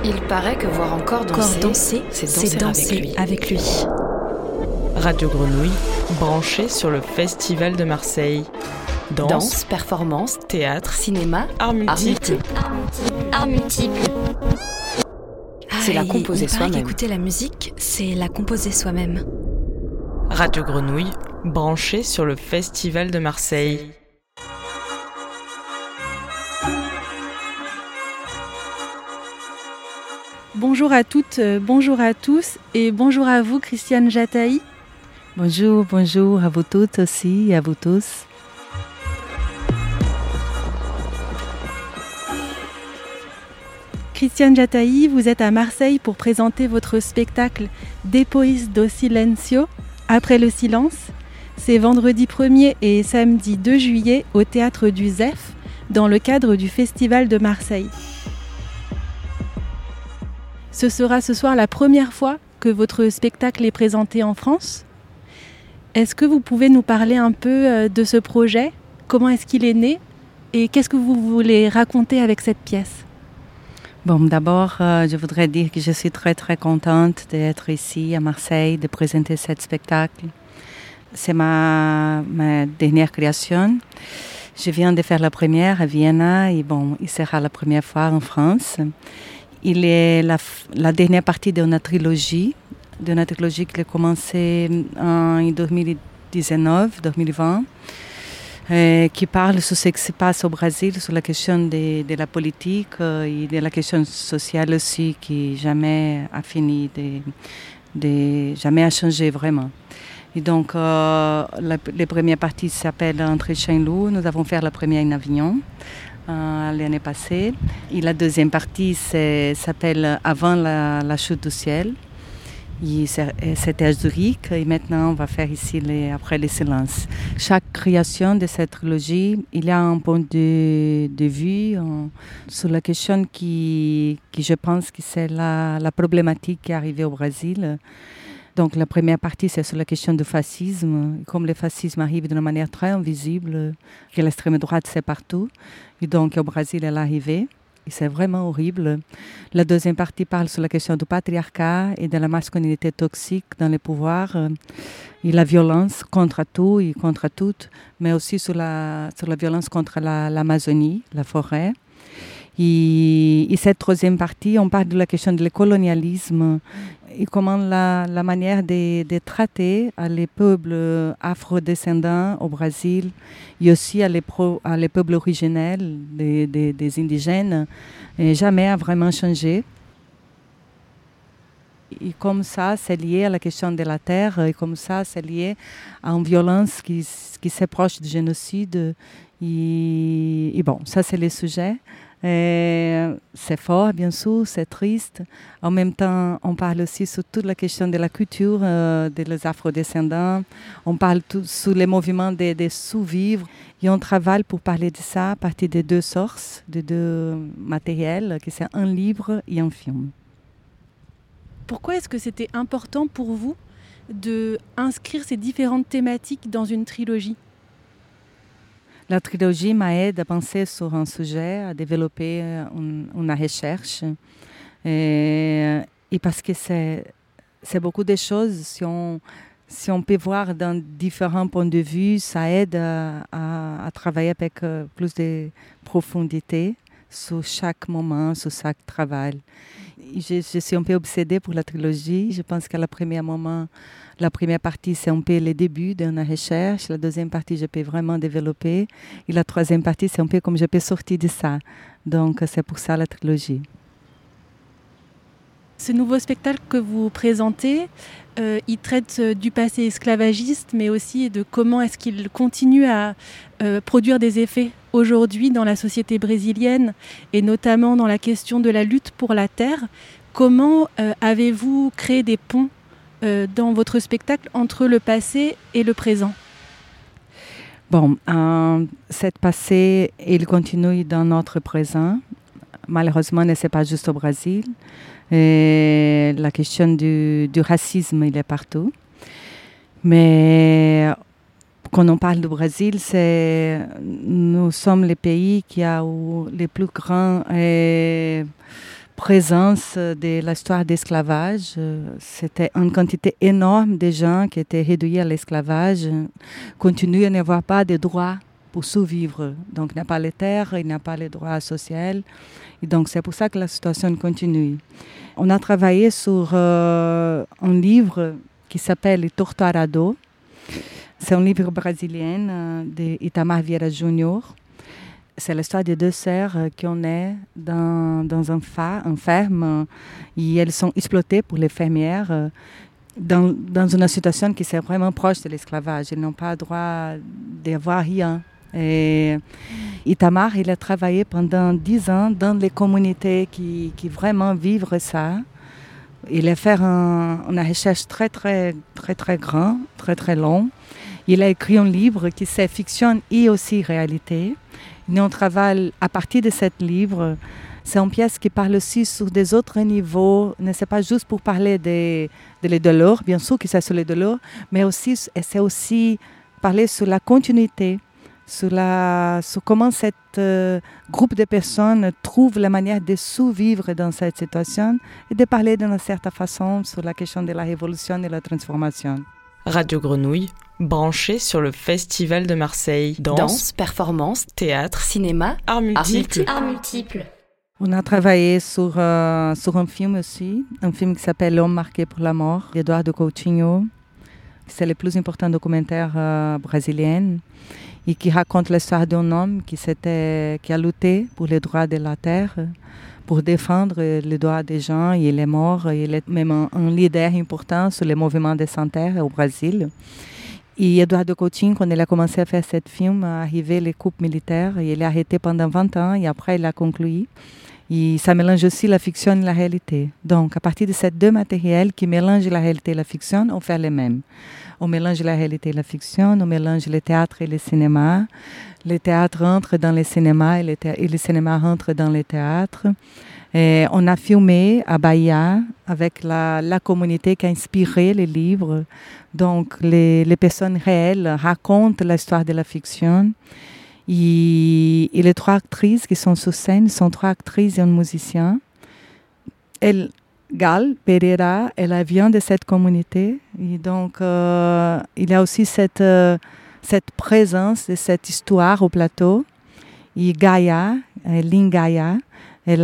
Il paraît que voir encore danser, c'est danser avec lui. Radio Grenouille, branché sur le Festival de Marseille. Danse, performance, théâtre, cinéma, arts multiples. Arts multiples. C'est la composer soi-même. Écouter la musique, c'est la composer soi-même. Radio Grenouille, branché sur le Festival de Marseille. Bonjour à toutes, bonjour à tous et bonjour à vous Christiane Jataï. Bonjour à vous toutes aussi et à vous tous. Christiane Jataï, vous êtes à Marseille pour présenter votre spectacle Depois do Silencio, après le silence. C'est vendredi 1er et samedi 2 juillet au Théâtre du Zef, dans le cadre du Festival de Marseille. Ce sera ce soir la première fois que votre spectacle est présenté en France. Est-ce que vous pouvez nous parler un peu de ce projet ? Comment est-ce qu'il est né ? Et qu'est-ce que vous voulez raconter avec cette pièce ? Bon, d'abord, je voudrais dire que je suis très très contente d'être ici à Marseille, de présenter ce spectacle. C'est ma dernière création. Je viens de faire la première à Vienne et il sera la première fois en France. Il est la dernière partie d'une trilogie qui a commencé en 2019-2020, qui parle sur ce qui se passe au Brésil, sur la question de la politique et de la question sociale aussi, qui jamais a fini, jamais a changé vraiment. Et donc, les premières parties s'appellent Entre Chien et Loup. Nous avons fait la première en Avignon l'année passée. Et la deuxième partie s'appelle Avant la chute du ciel. C'était à Zurich et maintenant on va faire ici Après le silence. Chaque création de cette trilogie, il y a un point de vue sur la question qui je pense que c'est la problématique qui est arrivée au Brésil. Donc la première partie, c'est sur la question du fascisme. Comme le fascisme arrive d'une manière très invisible, que l'extrême droite, c'est partout. Et donc au Brésil, elle est arrivée. Et c'est vraiment horrible. La deuxième partie parle sur la question du patriarcat et de la masculinité toxique dans les pouvoirs et la violence contre tout et contre toutes, mais aussi sur la violence contre l'Amazonie, la forêt. Et cette troisième partie, on parle de la question du colonialisme et comment la manière de traiter les peuples afro-descendants au Brésil et aussi les peuples originels des indigènes jamais a vraiment changé. Et comme ça, c'est lié à la question de la terre et comme ça, c'est lié à une violence qui s'approche du génocide. Et ça, c'est le sujet. C'est fort, bien sûr, c'est triste. En même temps, on parle aussi sur toute la question de la culture des afro-descendants. On parle sur les mouvements de sous-vivre. Et on travaille pour parler de ça à partir de deux sources, de deux matériels, que c'est un livre et un film. Pourquoi est-ce que c'était important pour vous d'inscrire ces différentes thématiques dans une trilogie ? La trilogie m'aide à penser sur un sujet, à développer une recherche. Et parce que c'est beaucoup de choses, si on peut voir dans différents points de vue, ça aide à travailler avec plus de profondité sur chaque moment, sur chaque travail. Je suis un peu obsédée pour la trilogie. Je pense qu'à la première partie, c'est un peu le début d'une recherche. La deuxième partie, je peux vraiment développer. Et la troisième partie, c'est un peu comme je peux sortir de ça. Donc, c'est pour ça la trilogie. Ce nouveau spectacle que vous présentez, il traite du passé esclavagiste, mais aussi de comment est-ce qu'il continue à produire des effets aujourd'hui dans la société brésilienne, et notamment dans la question de la lutte pour la terre. Comment avez-vous créé des ponts dans votre spectacle entre le passé et le présent ? Cet passé, il continue dans notre présent. Malheureusement, ce n'est pas juste au Brésil. Et la question du racisme, il est partout. Mais quand on parle du Brésil, nous sommes le pays qui a eu les plus grands présence de l'histoire d'esclavage. C'était une quantité énorme de gens qui étaient réduits à l'esclavage, continuent à n'avoir pas de droits pour survivre. Donc, il n'y a pas les terres, il n'y a pas les droits sociaux. Et donc, c'est pour ça que la situation continue. On a travaillé sur un livre qui s'appelle Torturado. C'est un livre brésilien d'Itamar Vieira Jr. C'est l'histoire de deux sœurs qui sont nées dans une ferme et elles sont exploitées pour les fermières dans une situation qui est vraiment proche de l'esclavage. Elles n'ont pas le droit d'avoir rien. Et Itamar, il a travaillé pendant 10 ans dans les communautés qui vraiment vivent ça. Il a fait une recherche très grande, très longue. Il a écrit un livre qui c'est fiction et aussi réalité. Nous on travaille à partir de ce livre. C'est une pièce qui parle aussi sur des autres niveaux. Ne c'est pas juste pour parler de les douleurs, bien sûr que c'est sur les douleurs, mais aussi c'est aussi parler sur la continuité, sur comment ce groupe de personnes trouve la manière de survivre dans cette situation et de parler d'une certaine façon sur la question de la révolution et la transformation. Radio Grenouille, branché sur le Festival de Marseille. Danse, performance, théâtre, cinéma, arts multiples. Arts multiples. On a travaillé sur un film aussi, un film qui s'appelle L'homme marqué pour la mort, d'Eduardo Coutinho. C'est le plus important documentaire brésilien et qui raconte l'histoire d'un homme qui a lutté pour les droits de la terre, pour défendre les droits des gens. Il est mort, il est même un leader important sur les mouvements de sans-terre au Brésil. Et Eduardo Coutinho, quand il a commencé à faire ce film, arrivé les coupes militaires, il est arrêté pendant 20 ans et après il a conclu. Et ça mélange aussi la fiction et la réalité. Donc, à partir de ces deux matériels qui mélangent la réalité et la fiction, on fait les mêmes. On mélange la réalité et la fiction, on mélange le théâtre et le cinéma. Le théâtre rentre dans le cinéma et le cinéma rentre dans le théâtre. Et on a filmé à Bahia avec la communauté qui a inspiré les livres. Donc, les personnes réelles racontent l'histoire de la fiction. Et les 3 actrices qui sont sur scène sont 3 actrices et un musicien. Gal Pereira, elle vient de cette communauté. Et donc, il y a aussi cette présence de cette histoire au plateau. Et Gaia, Lynn Gaia, elle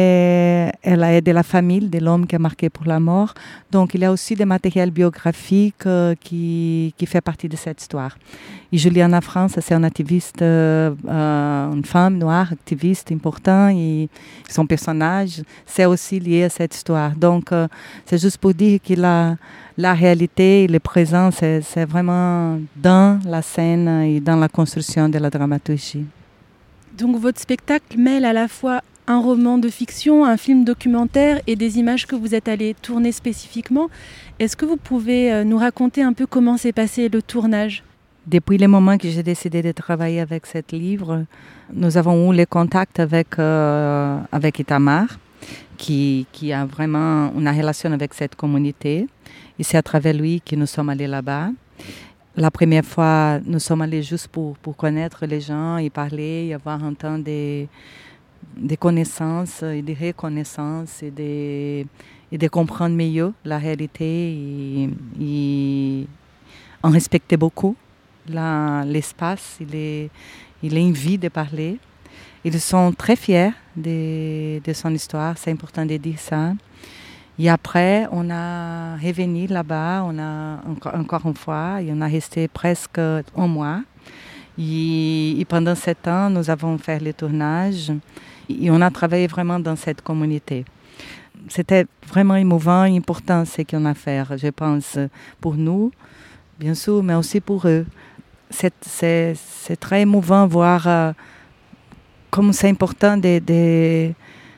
est de la famille de l'homme qui est marqué pour la mort. Donc, il y a aussi des matériels biographiques qui fait partie de cette histoire. Et Juliana France, c'est une activiste, une femme noire, activiste importante. Et son personnage, c'est aussi lié à cette histoire. Donc, c'est juste pour dire que la réalité, le présent, c'est vraiment dans la scène et dans la construction de la dramaturgie. Donc, votre spectacle mêle à la fois un roman de fiction, un film documentaire et des images que vous êtes allé tourner spécifiquement. Est-ce que vous pouvez nous raconter un peu comment s'est passé le tournage ? Depuis le moment que j'ai décidé de travailler avec ce livre, nous avons eu le contact avec Itamar, qui a vraiment une relation avec cette communauté. Et c'est à travers lui que nous sommes allés là-bas. La première fois, nous sommes allés juste pour connaître les gens et parler, et avoir un temps de connaissances et de reconnaissance et de comprendre mieux la réalité et on respectait beaucoup l'espace, il est envie de parler. Ils sont très fiers de son histoire, c'est important de dire ça. Et après, on a revenu là-bas, on a encore une fois, et on a resté presque 1 mois. Et pendant 7 ans, nous avons fait le tournage et on a travaillé vraiment dans cette communauté. C'était vraiment émouvant et important ce qu'on a fait, je pense, pour nous, bien sûr, mais aussi pour eux. C'est très émouvant de voir comme c'est important de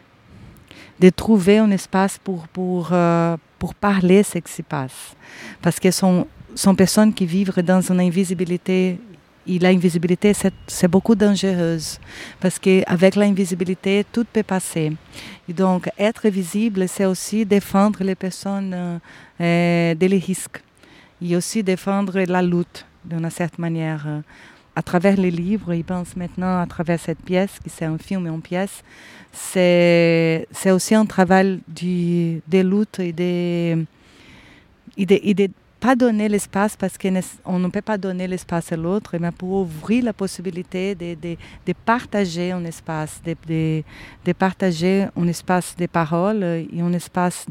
trouver un espace pour parler de ce qui se passe. Parce que sont personnes qui vivent dans une invisibilité. Et l'invisibilité, c'est beaucoup dangereuse parce qu'avec l'invisibilité, tout peut passer. Et donc, être visible, c'est aussi défendre les personnes des risques et aussi défendre la lutte d'une certaine manière. à travers les livres, il pense maintenant à travers cette pièce, qui c'est un film et une pièce. C'est aussi un travail des luttes et de pas donner l'espace parce qu'on ne peut pas donner l'espace à l'autre, mais pour ouvrir la possibilité de partager un espace, de partager un espace de parole et un espace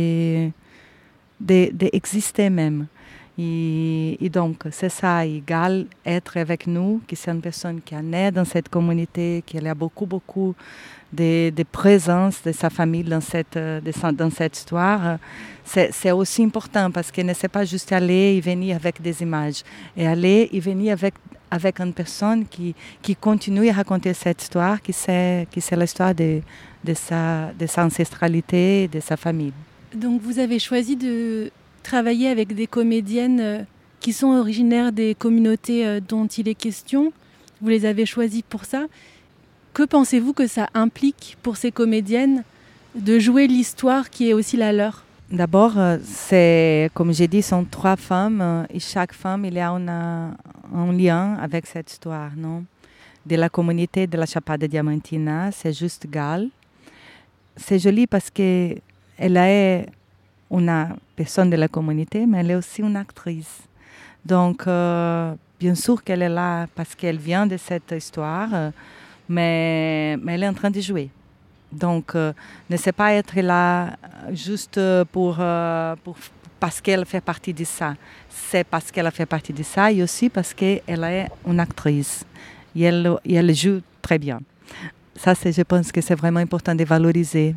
d'exister même. Et donc, c'est ça, Gal, être avec nous, qui c'est une personne qui est née dans cette communauté, qui a beaucoup de présence de sa famille dans cette histoire. C'est aussi important parce qu'elle ne sait pas juste aller et venir avec des images, et aller et venir avec une personne qui continue à raconter cette histoire, qui c'est l'histoire de sa ancestralité, de sa famille. Donc vous avez choisi de travailler avec des comédiennes qui sont originaires des communautés dont il est question. Vous les avez choisies pour ça. Que pensez-vous que ça implique pour ces comédiennes de jouer l'histoire qui est aussi la leur? D'abord, c'est, comme j'ai dit, sont 3 femmes et chaque femme, il y a un lien avec cette histoire, non? De la communauté de la Chapada Diamantina, c'est juste Gal. C'est joli parce qu'elle est une personne de la communauté, mais elle est aussi une actrice. Donc, bien sûr qu'elle est là parce qu'elle vient de cette histoire, mais elle est en train de jouer. Donc, ne sait pas être là juste parce qu'elle fait partie de ça. C'est parce qu'elle a fait partie de ça et aussi parce qu'elle est une actrice. Et elle joue très bien. Ça, je pense que c'est vraiment important de valoriser.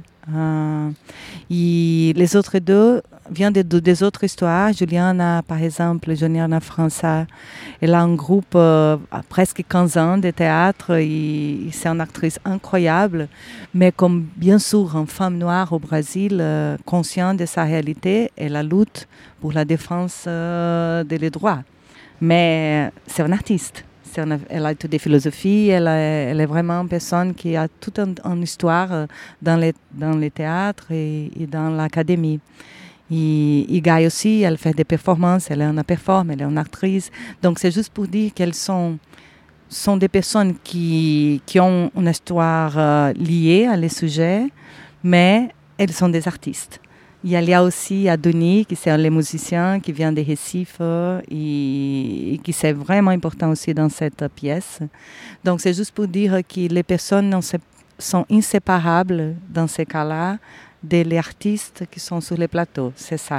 Et les autres 2 viennent des autres histoires. Juliana, par exemple, Juliana França, elle a un groupe presque 15 ans de théâtre et c'est une actrice incroyable. Mais comme bien sûr une femme noire au Brésil, consciente de sa réalité, elle lutte pour la défense des droits. Mais c'est une artiste. Elle a étudié philosophie, elle est vraiment une personne qui a toute une histoire dans les théâtres et dans l'académie. Et Gaï aussi, elle fait des performances, elle est une performance, elle est une actrice. Donc c'est juste pour dire qu'elles sont des personnes qui ont une histoire liée à les sujets, mais elles sont des artistes. Il y a aussi Adonis, qui c'est les musiciens qui vient de Recife et qui c'est vraiment important aussi dans cette pièce. Donc c'est juste pour dire que les personnes sont inséparables dans ces cas-là des artistes qui sont sur les plateaux. C'est ça.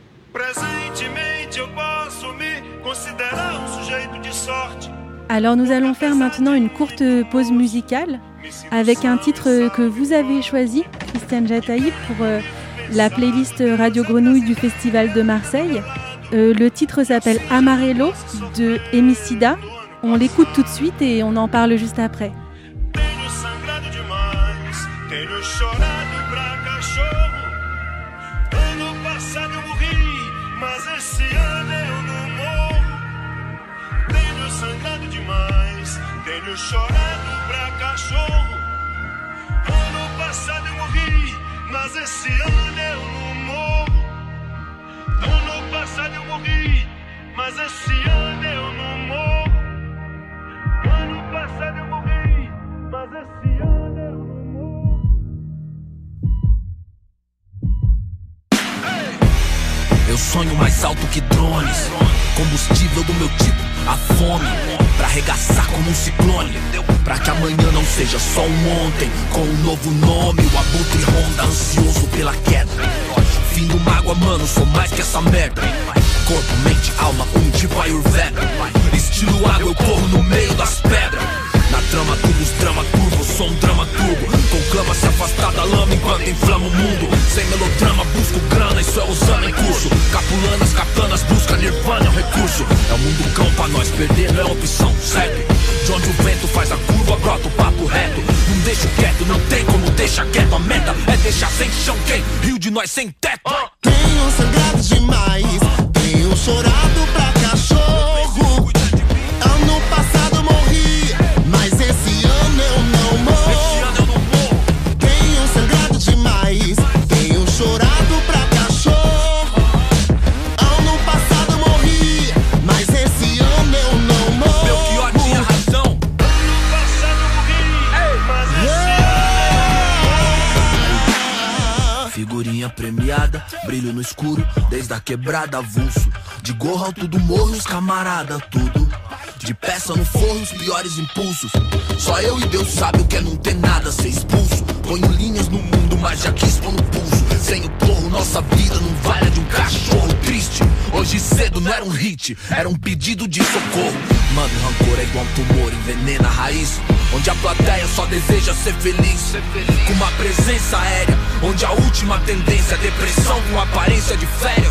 Alors nous allons faire maintenant une courte pause musicale avec un titre que vous avez choisi, Christiane Jataï, pour la playlist Radio Grenouille du Festival de Marseille. Le titre s'appelle Amarelo de Emicida. On l'écoute tout de suite et on en parle juste après. Mas esse ano eu não morro. Ano passado eu morri, mas esse ano eu não morro. Ano passado eu morri, mas esse ano eu não morro. Eu sonho mais alto que drones, combustível do meu tipo, a fome, pra arregaçar como um ciclone. Pra que amanhã não seja só um ontem, com um novo nome, o abutre ronda, ansioso pela queda. Fim do mágoa, mano, sou mais que essa merda. Corpo, mente, alma, tipo Ayurveda. Estilo água, eu corro no meio das pedras. Na trama, tubos, drama turbo, sou um drama turbo. Conclama se afastar da lama enquanto inflama o mundo. Sem melodrama, busco grana, isso é usando em curso. Capulanas, katanas, busca nirvana, é um recurso. É o mundo cão pra nós, perder não é opção, certo? De onde o vento faz a curva, brota o papo reto. Não deixo quieto, não tem como deixar quieto. A meta é deixar sem chão quem riu de nós sem teto. Tenho sangrado demais, tenho chorado pra cachorro. Ano passado morri, mas esse ano eu não morro. Tenho sangrado demais, tenho chorado pra cachorro. Ano passado morri, mas esse ano eu não morro. Belchior tinha premiada, brilho no escuro, desde a quebrada, avulso. De gorro alto do morro, os camarada, tudo. De peça no forro, os piores impulsos. Só eu e Deus sabe o que é não ter nada, ser expulso. Ponho linhas no mundo, mas já quis pôr no pulso. Sem o porro, nossa vida não vale a de um cachorro triste. Hoje cedo não era um hit, era um pedido de socorro. Mano, o rancor é igual um tumor, envenena a raiz. Onde a plateia só deseja ser feliz. Com uma presença aérea, onde a última tendência é depressão com aparência de férias.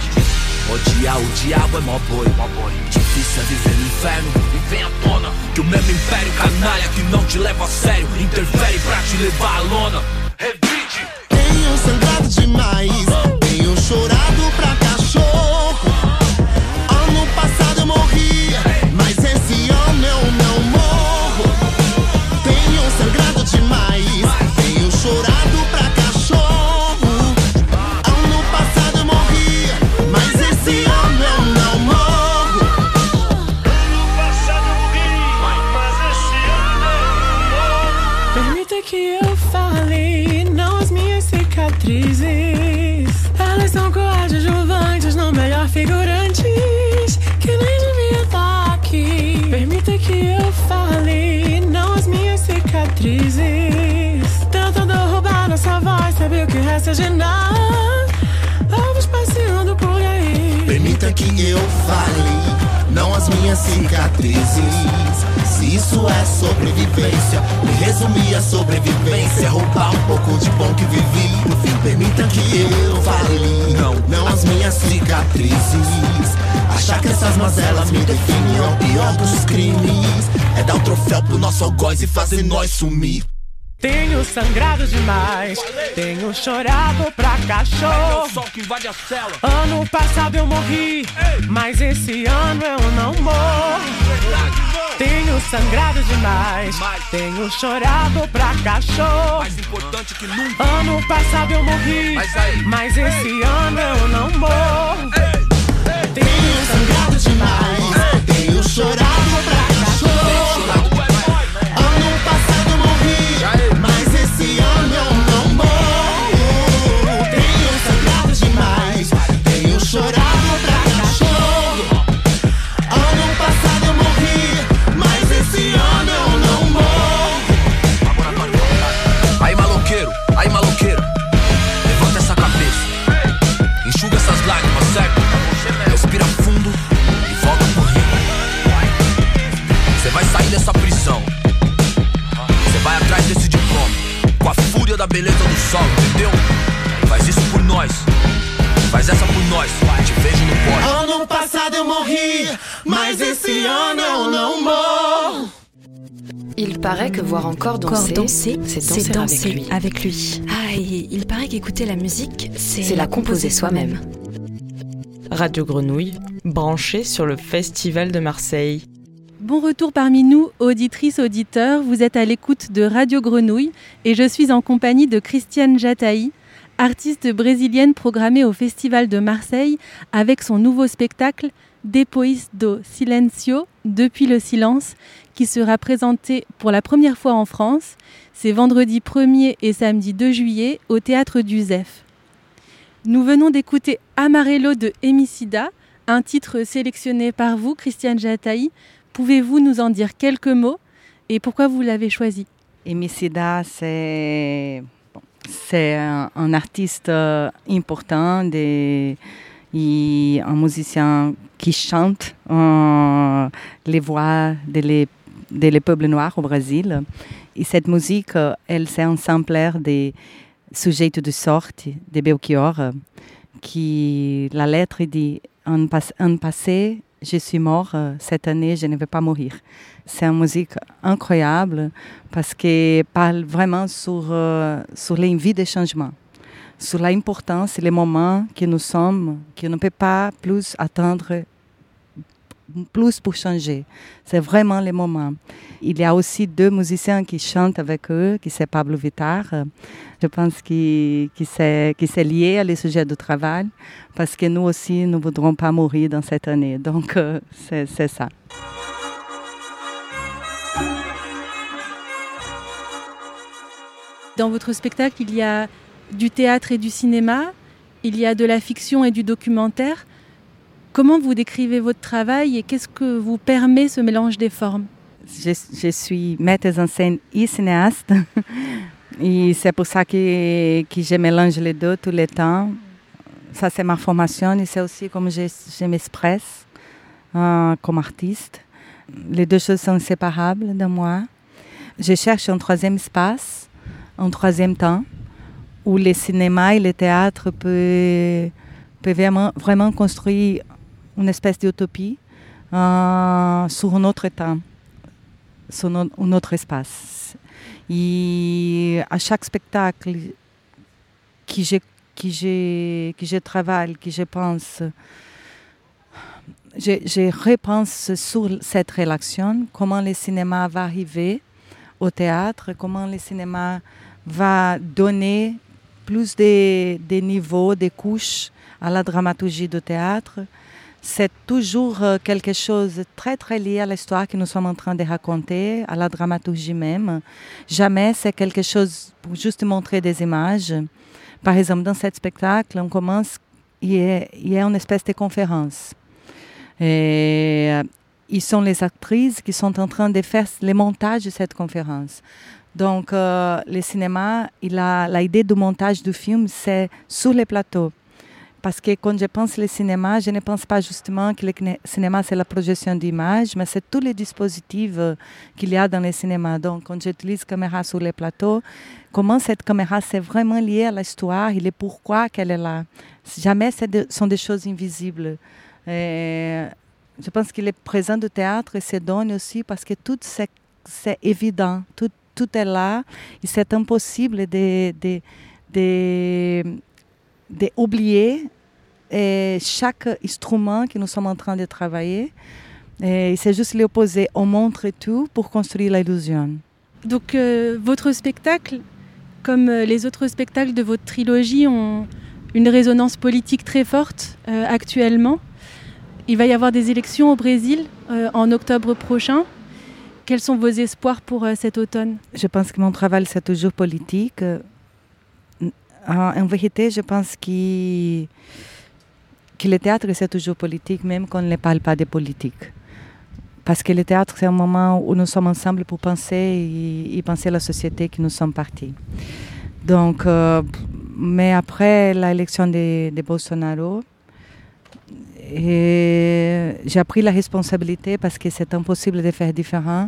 Odiar o diabo é mó boi. Difícil é viver no inferno e vem à tona que o mesmo império canalha que não te leva a sério interfere pra te levar à lona. Revide. Tenho sangrado demais, tenho chorado pra cachorro. Ano passado eu morri, mas esse ano eu não morro. Tenho sangrado demais, tenho chorado pra cachorro. Ano passado eu morri, mas esse ano eu não morro. Ano passado eu morri, mas esse ano eu não morro. Permita que eu fale, não as minhas cicatrizes. Elas são coadjuvantes, não melhor figurantes, que nem devia estar aqui. Permita que eu fale, não as minhas cicatrizes. Tentando roubar nossa voz, sabe o que resta de nada. Ovos passeando por aí. Permita que eu fale, não as minhas cicatrizes. Se isso é sobrevivência, me resumir a sobrevivência, roubar um pouco de bom que vivi. No fim, permita que eu fale, não as minhas cicatrizes. Achar que essas mazelas me definem é o pior dos crimes. É dar o troféu pro nosso algoz e fazer nós sumir. Tenho sangrado demais, tenho chorado pra cachorro. Ano passado eu morri, mas esse ano eu não morro. Tenho sangrado demais, tenho chorado pra cachorro. Mais importante que nunca. Ano passado eu morri, mas esse ano eu não morro. Tenho sangrado demais, tenho chorado pra cachorro. Ano passado eu morri, mas esse ano eu não morro. Tenho sangrado demais, tenho chorado pra cachorro. Ano passado eu morri, mas esse ano eu não morro. Aí maloqueiro, levanta essa cabeça, enxuga essas lágrimas, certo? Respira fundo e volta pro rio. Você vai sair dessa prisão, você vai atrás desse diploma, com a fúria da beleza do sol, entendeu? Faz isso por nós, faz essa por nós, te vejo no pódio. Ano passado eu morri, mas esse ano eu não morro. Il paraît que voir encore danser, c'est danser avec lui. Ah, et il paraît qu'écouter la musique, c'est la composer soi-même. Radio Grenouille, branché sur le Festival de Marseille. Bon retour parmi nous, auditrices, auditeurs. Vous êtes à l'écoute de Radio Grenouille et je suis en compagnie de Cristiane Jataï, artiste brésilienne programmée au Festival de Marseille avec son nouveau spectacle Depois do Silencio, Depuis le silence, qui sera présenté pour la première fois en France. C'est vendredi 1er et samedi 2 juillet au Théâtre du Zef. Nous venons d'écouter Amarelo de Emicida, un titre sélectionné par vous, Cristiane Jataï. Pouvez-vous nous en dire quelques mots et pourquoi vous l'avez choisi? Emicida, c'est un artiste important, et un musicien qui chante les voix des peuples noirs au Brésil. Et cette musique, c'est un sampler des sujets de sorte de Belchior, qui la lettre dit en passé, je suis mort, cette année, je ne vais pas mourir. C'est une musique incroyable parce qu'elle parle vraiment sur l'envie de changement, sur l'importance, les moments que nous sommes, qu'on ne peut pas plus attendre plus pour changer. C'est vraiment les moments. Il y a aussi 2 musiciens qui chantent avec eux, qui c'est Pablo Vittar. Je pense qu'il s'est lié à les sujets de travail parce que nous aussi, nous ne voudrons pas mourir dans cette année. Donc, c'est ça. Dans votre spectacle, il y a du théâtre et du cinéma, il y a de la fiction et du documentaire. Comment vous décrivez votre travail et qu'est-ce que vous permet ce mélange des formes ? Je suis metteuse en scène et cinéaste. Et c'est pour ça que je mélange les deux tout le temps. Ça, c'est ma formation et c'est aussi comme je m'expresse comme artiste. Les deux choses sont inséparables de moi. Je cherche un troisième espace, un troisième temps, où le cinéma et le théâtre peuvent vraiment construire une espèce d'utopie sur un autre temps, sur un autre espace. Et à chaque spectacle que je travaille, que je pense, je repense sur cette relation, comment le cinéma va arriver au théâtre, comment le cinéma va donner plus de niveaux, de couches à la dramaturgie du théâtre. C'est toujours quelque chose de très, très lié à l'histoire que nous sommes en train de raconter, à la dramaturgie même. Jamais c'est quelque chose pour juste montrer des images. Par exemple, dans ce spectacle, on commence, il y a une espèce de conférence. Et ils sont les actrices qui sont en train de faire le montage de cette conférence. Donc, le cinéma, l'idée du montage du film, c'est sur les plateaux. Parce que quand je pense au cinéma, je ne pense pas justement que le cinéma, c'est la projection d'images, mais c'est tous les dispositifs qu'il y a dans le cinéma. Donc, quand j'utilise la caméra sur les plateaux, comment cette caméra, c'est vraiment lié à l'histoire et le pourquoi qu'elle est là. Jamais ce sont des choses invisibles. Et je pense que le présent du théâtre se donne aussi parce que tout c'est évident, tout est là et c'est impossible d'oublier chaque instrument que nous sommes en train de travailler. Et c'est juste l'opposé, on montre tout pour construire l'illusion. Donc votre spectacle, comme les autres spectacles de votre trilogie, ont une résonance politique très forte actuellement. Il va y avoir des élections au Brésil en octobre prochain. Quels sont vos espoirs pour cet automne ? Je pense que mon travail, c'est toujours politique. En vérité, je pense que le théâtre, c'est toujours politique, même quand on ne parle pas de politique. Parce que le théâtre, c'est un moment où nous sommes ensemble pour penser et penser à la société que nous sommes partis. Donc, mais après l'élection de Bolsonaro, j'ai pris la responsabilité parce que c'est impossible de faire différent,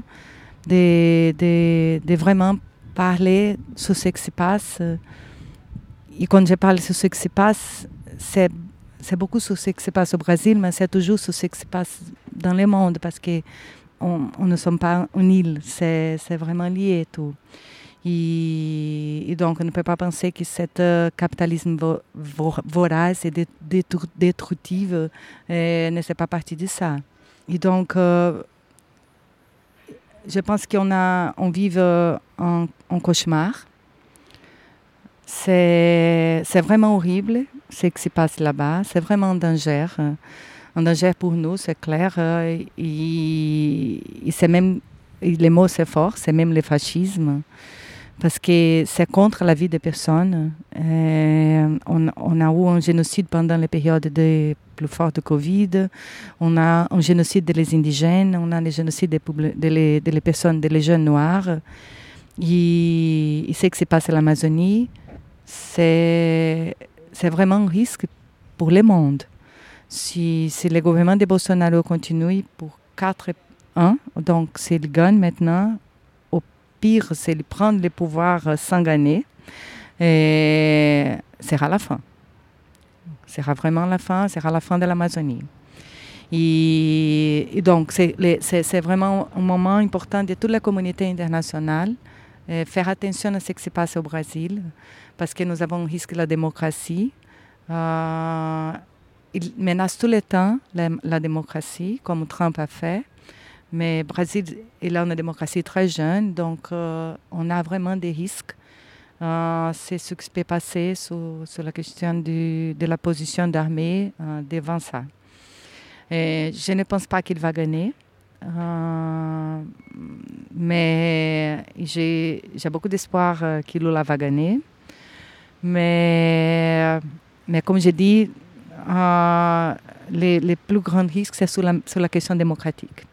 de vraiment parler sur ce qui se passe. Et quand je parle sur ce qui se passe, c'est beaucoup sur ce qui se passe au Brésil, mais c'est toujours sur ce qui se passe dans le monde parce qu'on ne sommes pas une île, c'est vraiment lié tout. Et donc, on ne peut pas penser que ce capitalisme vorace et destructif ne fait pas partie de ça. Et donc, je pense qu'on vit un cauchemar. C'est vraiment horrible ce qui se passe là-bas. C'est vraiment un danger pour nous, c'est clair. Et c'est même, les mots c'est fort, c'est même le fascisme. Parce que c'est contre la vie des personnes. On a eu un génocide pendant les périodes plus fortes de Covid. On a un génocide des indigènes. On a le génocide des personnes, des jeunes noirs. Et ce qui se passe à l'Amazonie, c'est vraiment un risque pour le monde. Si le gouvernement de Bolsonaro continue pour 4 ans, donc s'il gagne maintenant, pire, c'est de prendre le pouvoir sans gagner, et sera la fin. Sera vraiment la fin, sera la fin de l'Amazonie. Et donc, c'est vraiment un moment important de toute la communauté internationale, faire attention à ce qui se passe au Brésil, parce que nous avons un risque de la démocratie. Il menace tout le temps la démocratie, comme Trump a fait. Mais le Brésil est là une démocratie très jeune, donc on a vraiment des risques. C'est ce qui se peut passer sur la question de la position d'armée devant ça. Et je ne pense pas qu'il va gagner, mais j'ai beaucoup d'espoir que Lula va gagner. Mais comme j'ai dit, les plus grands risques, c'est sur la question démocratique.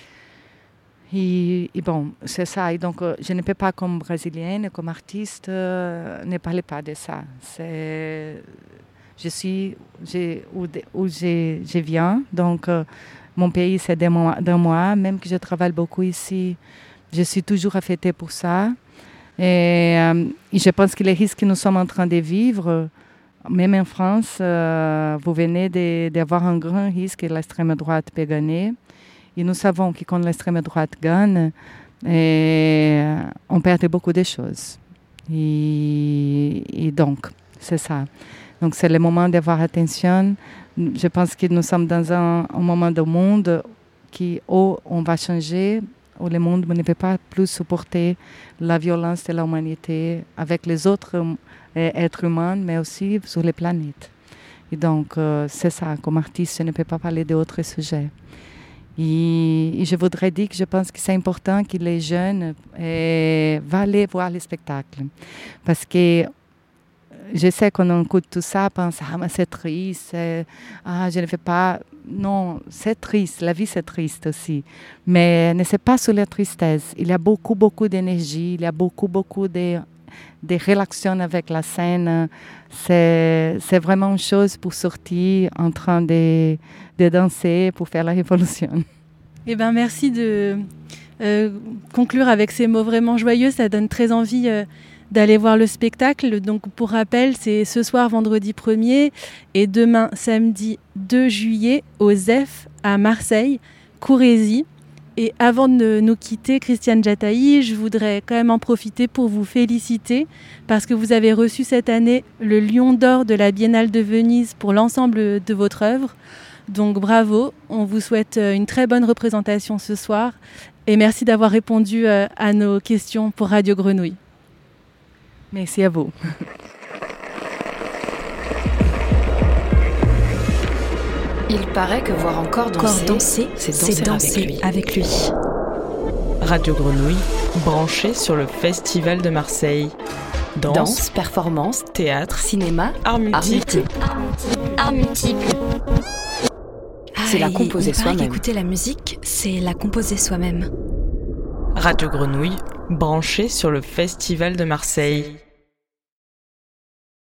Et bon, c'est ça. Et donc, je ne peux pas, comme brésilienne, comme artiste, ne parler pas de ça. Où je viens. Donc, mon pays, c'est de moi. Même que je travaille beaucoup ici, je suis toujours affectée pour ça. Et je pense que les risques que nous sommes en train de vivre, même en France, vous venez d'avoir un grand risque que l'extrême droite peut gagner. Et nous savons que quand l'extrême droite gagne, on perd beaucoup de choses. Et donc, c'est ça. Donc, c'est le moment d'avoir attention. Je pense que nous sommes dans un moment du monde où on va changer, où le monde ne peut pas plus supporter la violence de l'humanité avec les autres êtres humains, mais aussi sur les planètes. Et donc, c'est ça. Comme artiste, je ne peux pas parler d'autres sujets. Et je voudrais dire que je pense que c'est important que les jeunes vont aller voir les spectacles. Parce que je sais qu'on écoute tout ça, on pense « Ah, mais c'est triste, je ne fais pas... » Non, c'est triste, la vie c'est triste aussi. Mais ne c'est pas sur la tristesse. Il y a beaucoup, beaucoup d'énergie, il y a beaucoup, beaucoup de relations avec la scène. C'est vraiment une chose pour sortir en train de danser, pour faire la révolution. Eh bien, merci de conclure avec ces mots vraiment joyeux. Ça donne très envie d'aller voir le spectacle. Donc, pour rappel, c'est ce soir, vendredi 1er, et demain, samedi 2 juillet, au ZEF à Marseille, Courrézy. Et avant de nous quitter, Christiane Jataï, je voudrais quand même en profiter pour vous féliciter parce que vous avez reçu cette année le Lion d'Or de la Biennale de Venise pour l'ensemble de votre œuvre. Donc bravo, on vous souhaite une très bonne représentation ce soir et merci d'avoir répondu à nos questions pour Radio Grenouille. Merci à vous. Il paraît que voir encore danser, c'est danser avec lui. Radio Grenouille, branchée sur le Festival de Marseille. Danse, performance, théâtre, cinéma, arts multiples. C'est la composer soi-même. Écouter la musique, c'est la composer soi-même. Radio Grenouille, branchée sur le Festival de Marseille.